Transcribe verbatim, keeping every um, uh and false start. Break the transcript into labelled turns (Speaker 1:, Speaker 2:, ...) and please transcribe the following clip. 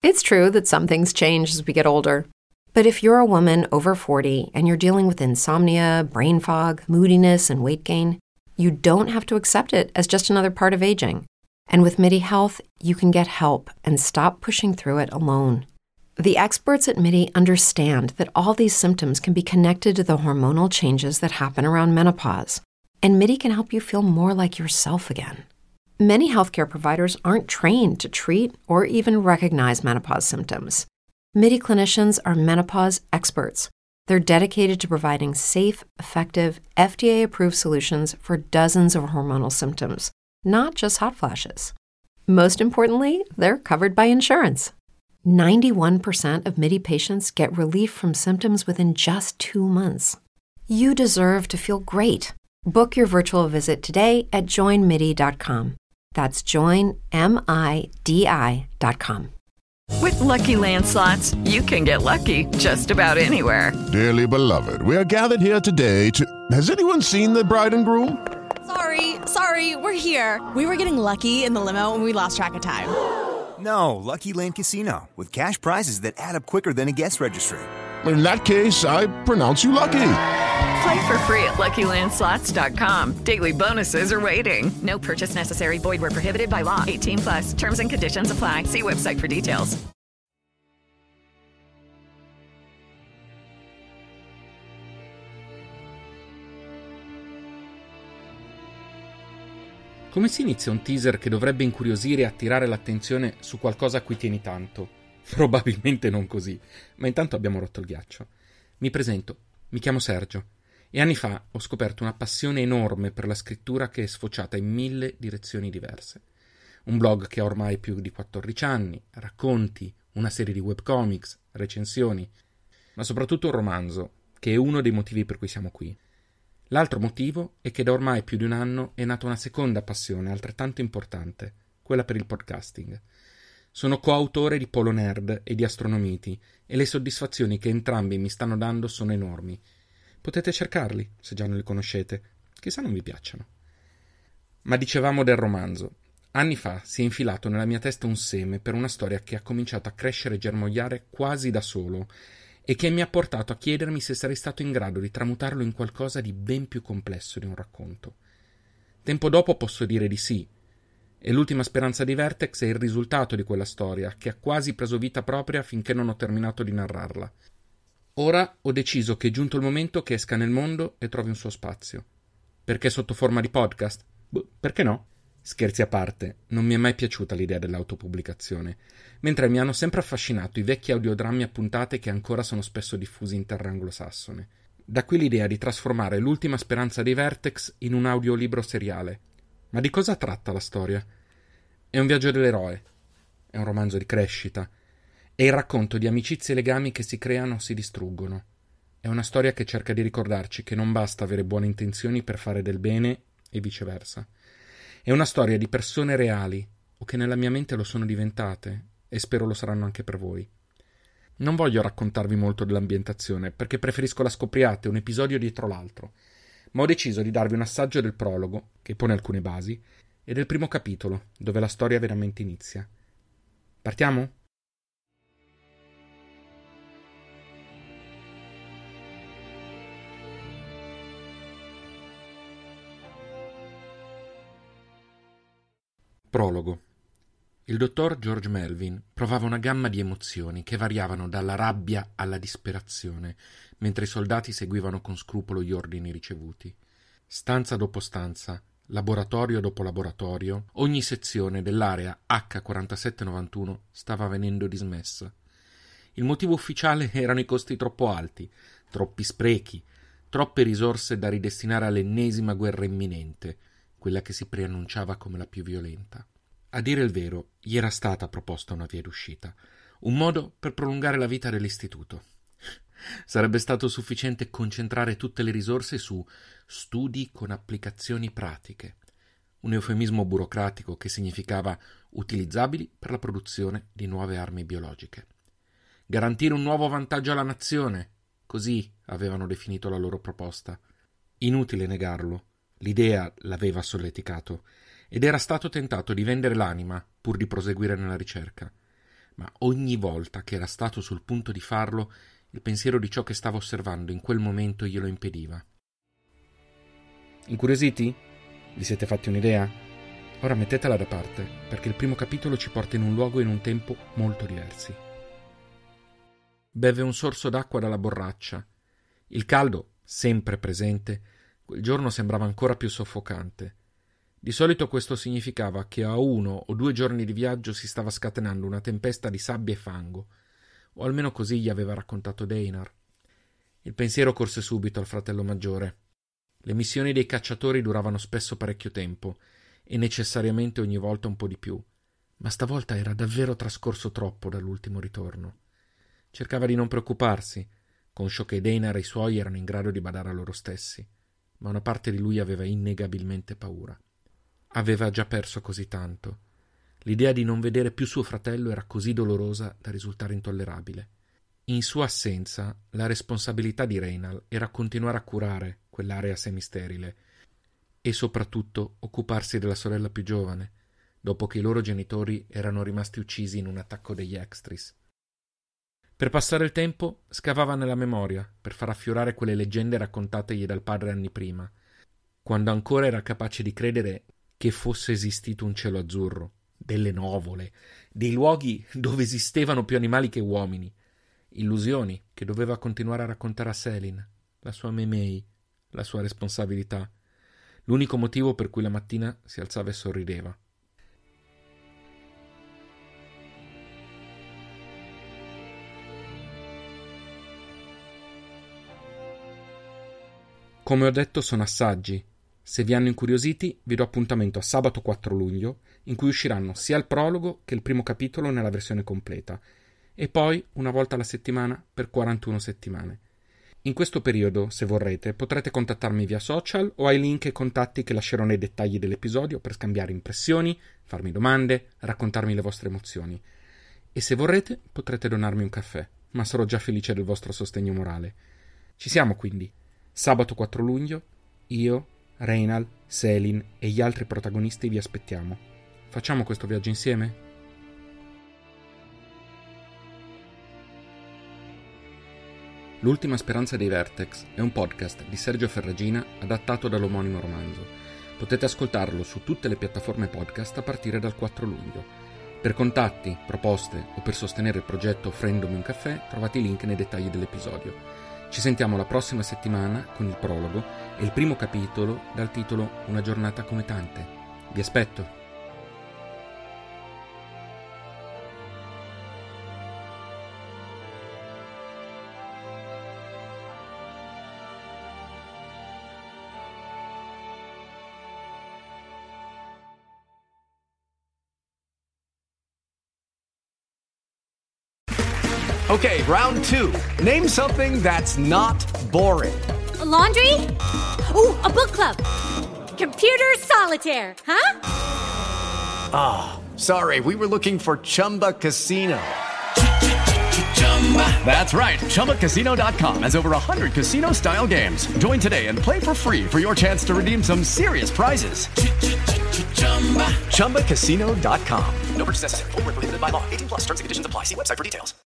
Speaker 1: It's true that some things change as we get older. But if you're a woman over forty and you're dealing with insomnia, brain fog, moodiness, and weight gain, you don't have to accept it as just another part of aging. And with MIDI Health, you can get help and stop pushing through it alone. The experts at MIDI understand that all these symptoms can be connected to the hormonal changes that happen around menopause, and MIDI can help you feel more like yourself again. Many healthcare providers aren't trained to treat or even recognize menopause symptoms. MIDI clinicians are menopause experts. They're dedicated to providing safe, effective, F D A-approved solutions for dozens of hormonal symptoms, not just hot flashes. Most importantly, they're covered by insurance. ninety-one percent of MIDI patients get relief from symptoms within just two months. You deserve to feel great. Book your virtual visit today at join midi dot com. That's join midi dot com.
Speaker 2: With Lucky Land Slots, you can get lucky just about anywhere.
Speaker 3: Dearly beloved, we are gathered here today to... Has anyone seen the bride and groom?
Speaker 4: Sorry, sorry, we're here. We were getting lucky in the limo and we lost track of time.
Speaker 5: No, Lucky Land Casino, with cash prizes that add up quicker than a guest registry.
Speaker 3: In that case, I pronounce you lucky.
Speaker 2: Play for free at lucky land slots dot com. Daily bonuses are waiting. No purchase necessary. Void where prohibited by law. eighteen plus. Terms and conditions apply. See website for details.
Speaker 6: Come si inizia un teaser che dovrebbe incuriosire e attirare l'attenzione su qualcosa a cui tieni tanto? Probabilmente non così, ma intanto abbiamo rotto il ghiaccio. Mi presento, mi chiamo Sergio e anni fa ho scoperto una passione enorme per la scrittura che è sfociata in mille direzioni diverse. Un blog che ha ormai più di quattordici anni, racconti, una serie di webcomics, recensioni, ma soprattutto un romanzo, che è uno dei motivi per cui siamo qui. L'altro motivo è che da ormai più di un anno è nata una seconda passione altrettanto importante, quella per il podcasting. Sono coautore di Polo Nerd e di Astronomiti e le soddisfazioni che entrambi mi stanno dando sono enormi. Potete cercarli, se già non li conoscete, chissà non vi piacciono. Ma dicevamo del romanzo. Anni fa si è infilato nella mia testa un seme per una storia che ha cominciato a crescere e germogliare quasi da solo e che mi ha portato a chiedermi se sarei stato in grado di tramutarlo in qualcosa di ben più complesso di un racconto. Tempo dopo posso dire di sì, e l'ultima speranza di Vertex è il risultato di quella storia, che ha quasi preso vita propria finché non ho terminato di narrarla. Ora ho deciso che è giunto il momento che esca nel mondo e trovi un suo spazio. Perché sotto forma di podcast? Boh, perché no? Scherzi a parte, non mi è mai piaciuta l'idea dell'autopubblicazione, mentre mi hanno sempre affascinato i vecchi audiodrammi a puntate che ancora sono spesso diffusi in terra anglosassone. Da qui l'idea di trasformare l'ultima speranza dei Vertex in un audiolibro seriale. Ma di cosa tratta la storia? È un viaggio dell'eroe, è un romanzo di crescita, è il racconto di amicizie e legami che si creano o si distruggono. È una storia che cerca di ricordarci che non basta avere buone intenzioni per fare del bene e viceversa. È una storia di persone reali, o che nella mia mente lo sono diventate, e spero lo saranno anche per voi. Non voglio raccontarvi molto dell'ambientazione, perché preferisco la scopriate un episodio dietro l'altro, ma ho deciso di darvi un assaggio del prologo, che pone alcune basi, e del primo capitolo, dove la storia veramente inizia. Partiamo? Prologo. Il dottor George Melvin provava una gamma di emozioni che variavano dalla rabbia alla disperazione, mentre i soldati seguivano con scrupolo gli ordini ricevuti. Stanza dopo stanza, laboratorio dopo laboratorio, ogni sezione dell'area acca quarantasette novantuno stava venendo dismessa. Il motivo ufficiale erano i costi troppo alti, troppi sprechi, troppe risorse da ridestinare all'ennesima guerra imminente, quella che si preannunciava come la più violenta. A dire il vero, gli era stata proposta una via d'uscita, un modo per prolungare la vita dell'istituto. Sarebbe stato sufficiente concentrare tutte le risorse su studi con applicazioni pratiche, un eufemismo burocratico che significava utilizzabili per la produzione di nuove armi biologiche. Garantire un nuovo vantaggio alla nazione, così avevano definito la loro proposta. Inutile negarlo. L'idea l'aveva solleticato ed era stato tentato di vendere l'anima pur di proseguire nella ricerca. ma ogni volta che era stato sul punto di farlo, il pensiero di ciò che stava osservando in quel momento glielo impediva. Incuriositi? Vi siete fatti un'idea? Ora mettetela da parte, perché il primo capitolo ci porta in un luogo e in un tempo molto diversi. Beve un sorso d'acqua dalla borraccia. Il caldo, sempre presente, quel giorno sembrava ancora più soffocante. Di solito questo significava che a uno o due giorni di viaggio si stava scatenando una tempesta di sabbia e fango, o almeno così gli aveva raccontato Deinar. Il pensiero corse subito al fratello maggiore. Le missioni dei cacciatori duravano spesso parecchio tempo, e necessariamente ogni volta un po' di più, ma stavolta era davvero trascorso troppo dall'ultimo ritorno. Cercava di non preoccuparsi, conscio che Deinar e i suoi erano in grado di badare a loro stessi, ma una parte di lui aveva innegabilmente paura. Aveva già perso così tanto. L'idea di non vedere più suo fratello era così dolorosa da risultare intollerabile. In sua assenza, la responsabilità di Reynal era continuare a curare quell'area semisterile e soprattutto occuparsi della sorella più giovane, dopo che i loro genitori erano rimasti uccisi in un attacco degli Extris. Per passare il tempo scavava nella memoria per far affiorare quelle leggende raccontategli dal padre anni prima, quando ancora era capace di credere che fosse esistito un cielo azzurro, delle nuvole, dei luoghi dove esistevano più animali che uomini, illusioni che doveva continuare a raccontare a Selin, la sua Memei, la sua responsabilità, l'unico motivo per cui la mattina si alzava e sorrideva. Come ho detto, sono assaggi. Se vi hanno incuriositi, vi do appuntamento a sabato quattro luglio, in cui usciranno sia il prologo che il primo capitolo nella versione completa, e poi una volta alla settimana per quarantuno settimane. In questo periodo, se vorrete, potrete contattarmi via social o ai link e contatti che lascerò nei dettagli dell'episodio per scambiare impressioni, farmi domande, raccontarmi le vostre emozioni. E se vorrete, potrete donarmi un caffè, ma sarò già felice del vostro sostegno morale. Ci siamo quindi. Sabato quattro luglio, io, Reynal, Selin e gli altri protagonisti vi aspettiamo. Facciamo questo viaggio insieme? L'ultima speranza dei Vertex è un podcast di Sergio Ferragina adattato dall'omonimo romanzo. Potete ascoltarlo su tutte le piattaforme podcast a partire dal quattro luglio. Per contatti, proposte o per sostenere il progetto offrendomi un caffè, trovate i link nei dettagli dell'episodio. Ci sentiamo la prossima settimana con il prologo e il primo capitolo dal titolo Una giornata come tante. Vi aspetto!
Speaker 7: Okay, round two. Name something that's not boring.
Speaker 8: A laundry? Ooh, a book club. Computer solitaire, huh?
Speaker 7: Ah, oh, sorry, we were looking for Chumba Casino. That's right, Chumba Casino dot com has over one hundred casino-style games. Join today and play for free for your chance to redeem some serious prizes. Chumba Casino dot com. No purchase necessary. Void where prohibited by law. eighteen plus terms and conditions apply. See website for details.